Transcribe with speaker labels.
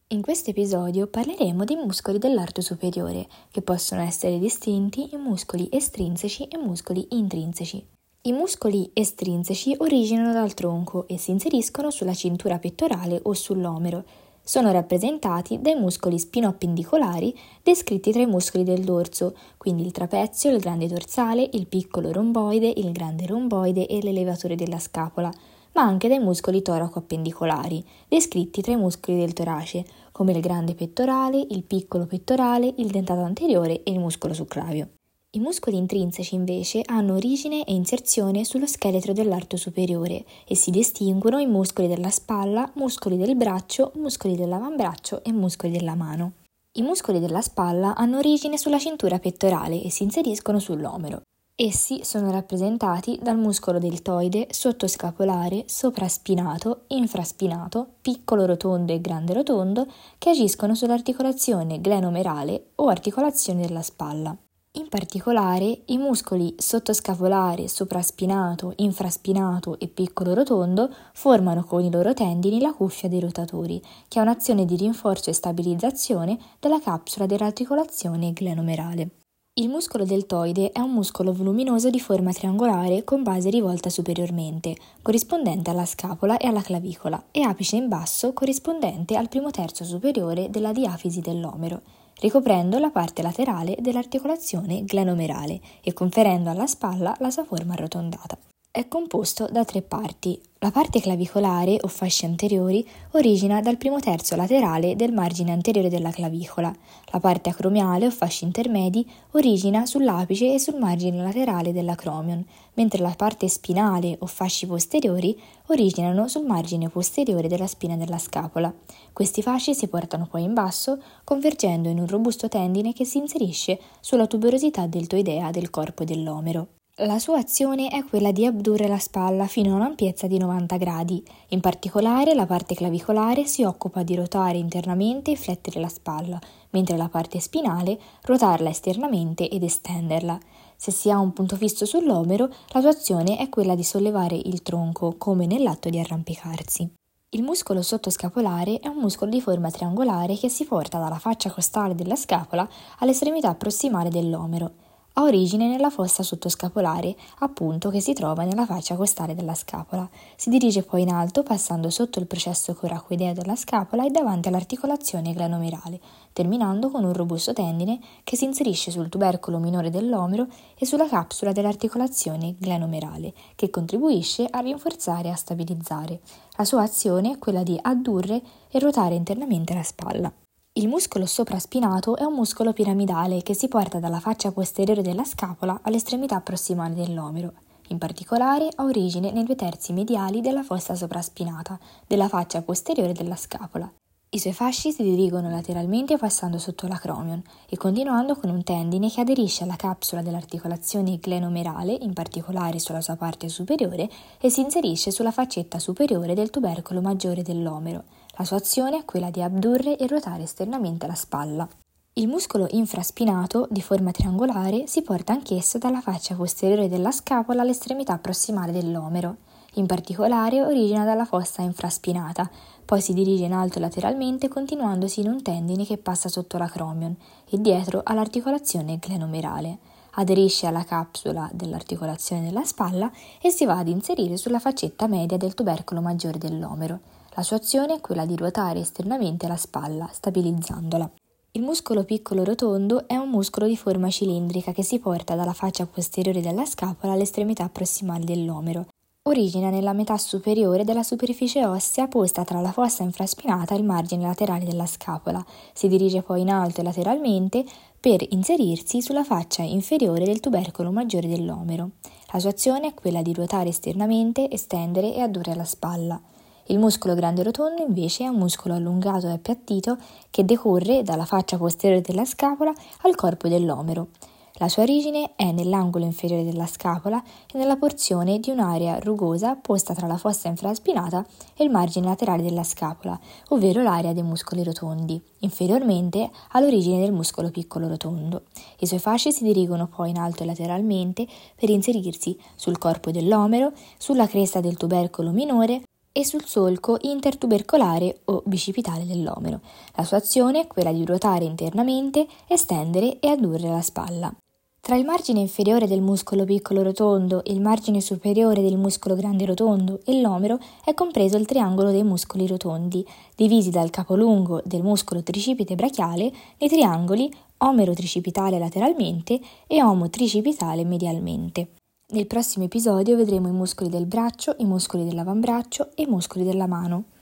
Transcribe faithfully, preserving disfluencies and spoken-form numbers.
Speaker 1: In questo episodio parleremo dei muscoli dell'arto superiore, che possono essere distinti in muscoli estrinseci e muscoli intrinseci. I muscoli estrinseci originano dal tronco e si inseriscono sulla cintura pettorale o sull'omero. Sono rappresentati dai muscoli spino-appendicolari descritti tra i muscoli del dorso, quindi il trapezio, il grande dorsale, il piccolo romboide, il grande romboide e l'elevatore della scapola, ma anche dai muscoli toraco-appendicolari, descritti tra i muscoli del torace, come il grande pettorale, il piccolo pettorale, il dentato anteriore e il muscolo succlavio. I muscoli intrinseci invece hanno origine e inserzione sullo scheletro dell'arto superiore e si distinguono in muscoli della spalla, muscoli del braccio, muscoli dell'avambraccio e muscoli della mano. I muscoli della spalla hanno origine sulla cintura pettorale e si inseriscono sull'omero. Essi sono rappresentati dal muscolo deltoide, sottoscapolare, sopraspinato, infraspinato, piccolo rotondo e grande rotondo che agiscono sull'articolazione glenomerale o articolazione della spalla. In particolare, i muscoli sottoscapolare, sopraspinato, infraspinato e piccolo rotondo formano con i loro tendini la cuffia dei rotatori, che ha un'azione di rinforzo e stabilizzazione della capsula dell'articolazione glenomerale. Il muscolo deltoide è un muscolo voluminoso di forma triangolare con base rivolta superiormente, corrispondente alla scapola e alla clavicola, e apice in basso corrispondente al primo terzo superiore della diafisi dell'omero, ricoprendo la parte laterale dell'articolazione glenomerale e conferendo alla spalla la sua forma arrotondata. È composto da tre parti. La parte clavicolare o fasce anteriori origina dal primo terzo laterale del margine anteriore della clavicola. La parte acromiale o fasci intermedi origina sull'apice e sul margine laterale dell'acromion, mentre la parte spinale o fasci posteriori originano sul margine posteriore della spina della scapola. Questi fasci si portano poi in basso, convergendo in un robusto tendine che si inserisce sulla tuberosità deltoidea del corpo dell'omero. La sua azione è quella di abdurre la spalla fino a un'ampiezza di novanta gradi. In particolare, la parte clavicolare si occupa di ruotare internamente e flettere la spalla, mentre la parte spinale ruotarla esternamente ed estenderla. Se si ha un punto fisso sull'omero, la sua azione è quella di sollevare il tronco, come nell'atto di arrampicarsi. Il muscolo sottoscapolare è un muscolo di forma triangolare che si porta dalla faccia costale della scapola all'estremità prossimale dell'omero. Ha origine nella fossa sottoscapolare, appunto, che si trova nella faccia costale della scapola. Si dirige poi in alto passando sotto il processo coracoideo della scapola e davanti all'articolazione glenomerale, terminando con un robusto tendine che si inserisce sul tubercolo minore dell'omero e sulla capsula dell'articolazione glenomerale, che contribuisce a rinforzare e a stabilizzare. La sua azione è quella di addurre e ruotare internamente la spalla. Il muscolo sopraspinato è un muscolo piramidale che si porta dalla faccia posteriore della scapola all'estremità prossimale dell'omero. In particolare ha origine nei due terzi mediali della fossa sopraspinata, della faccia posteriore della scapola. I suoi fasci si dirigono lateralmente passando sotto l'acromion e continuando con un tendine che aderisce alla capsula dell'articolazione glenomerale, in particolare sulla sua parte superiore, e si inserisce sulla faccetta superiore del tubercolo maggiore dell'omero. La sua azione è quella di abdurre e ruotare esternamente la spalla. Il muscolo infraspinato, di forma triangolare, si porta anch'esso dalla faccia posteriore della scapola all'estremità prossimale dell'omero. In particolare origina dalla fossa infraspinata, poi si dirige in alto lateralmente continuandosi in un tendine che passa sotto l'acromion e dietro all'articolazione glenomerale. Aderisce alla capsula dell'articolazione della spalla e si va ad inserire sulla faccetta media del tubercolo maggiore dell'omero. La sua azione è quella di ruotare esternamente la spalla, stabilizzandola. Il muscolo piccolo rotondo è un muscolo di forma cilindrica che si porta dalla faccia posteriore della scapola all'estremità prossimale dell'omero. Origina nella metà superiore della superficie ossea posta tra la fossa infraspinata e il margine laterale della scapola. Si dirige poi in alto e lateralmente per inserirsi sulla faccia inferiore del tubercolo maggiore dell'omero. La sua azione è quella di ruotare esternamente, estendere e addurre la spalla. Il muscolo grande rotondo invece è un muscolo allungato e appiattito che decorre dalla faccia posteriore della scapola al corpo dell'omero. La sua origine è nell'angolo inferiore della scapola e nella porzione di un'area rugosa posta tra la fossa infraspinata e il margine laterale della scapola, ovvero l'area dei muscoli rotondi. Inferiormente ha l'origine del muscolo piccolo rotondo. I suoi fasci si dirigono poi in alto e lateralmente per inserirsi sul corpo dell'omero, sulla cresta del tubercolo minore e sul solco intertubercolare o bicipitale dell'omero. La sua azione è quella di ruotare internamente, estendere e addurre la spalla. Tra il margine inferiore del muscolo piccolo rotondo, il margine superiore del muscolo grande rotondo e l'omero è compreso il triangolo dei muscoli rotondi, divisi dal capolungo del muscolo tricipite brachiale nei triangoli omero-tricipitale lateralmente e omo-tricipitale medialmente. Nel prossimo episodio vedremo i muscoli del braccio, i muscoli dell'avambraccio e i muscoli della mano.